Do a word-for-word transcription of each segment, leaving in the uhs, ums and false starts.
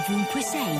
ovunque sei.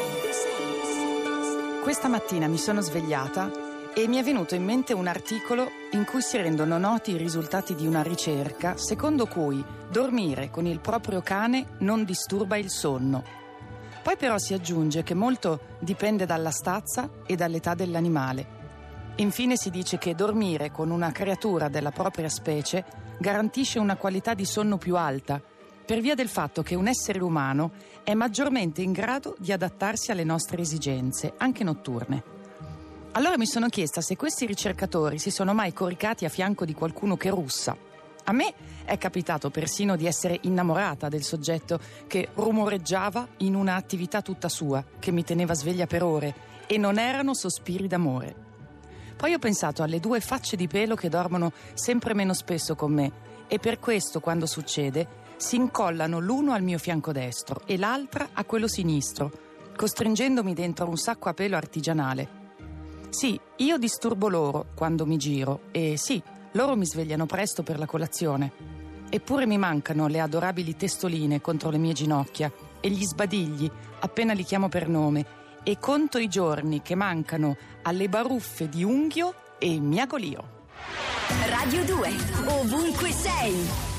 Questa mattina mi sono svegliata e mi è venuto in mente un articolo in cui si rendono noti i risultati di una ricerca secondo cui dormire con il proprio cane non disturba il sonno. Poi però si aggiunge che molto dipende dalla stazza e dall'età dell'animale. Infine si dice che dormire con una creatura della propria specie garantisce una qualità di sonno più alta, per via del fatto che un essere umano è maggiormente in grado di adattarsi alle nostre esigenze, anche notturne. Allora mi sono chiesta se questi ricercatori si sono mai coricati a fianco di qualcuno che russa. A me è capitato persino di essere innamorata del soggetto che rumoreggiava in una attività tutta sua, che mi teneva sveglia per ore, e non erano sospiri d'amore. Poi ho pensato alle due facce di pelo che dormono sempre meno spesso con me, e per questo, quando succede, si incollano l'uno al mio fianco destro e l'altra a quello sinistro, costringendomi dentro un sacco a pelo artigianale. Sì, io disturbo loro quando mi giro, e sì, loro mi svegliano presto per la colazione. Eppure mi mancano le adorabili testoline contro le mie ginocchia e gli sbadigli appena li chiamo per nome, e conto i giorni che mancano alle baruffe di Unghio e Miagolio. Radio due, ovunque sei.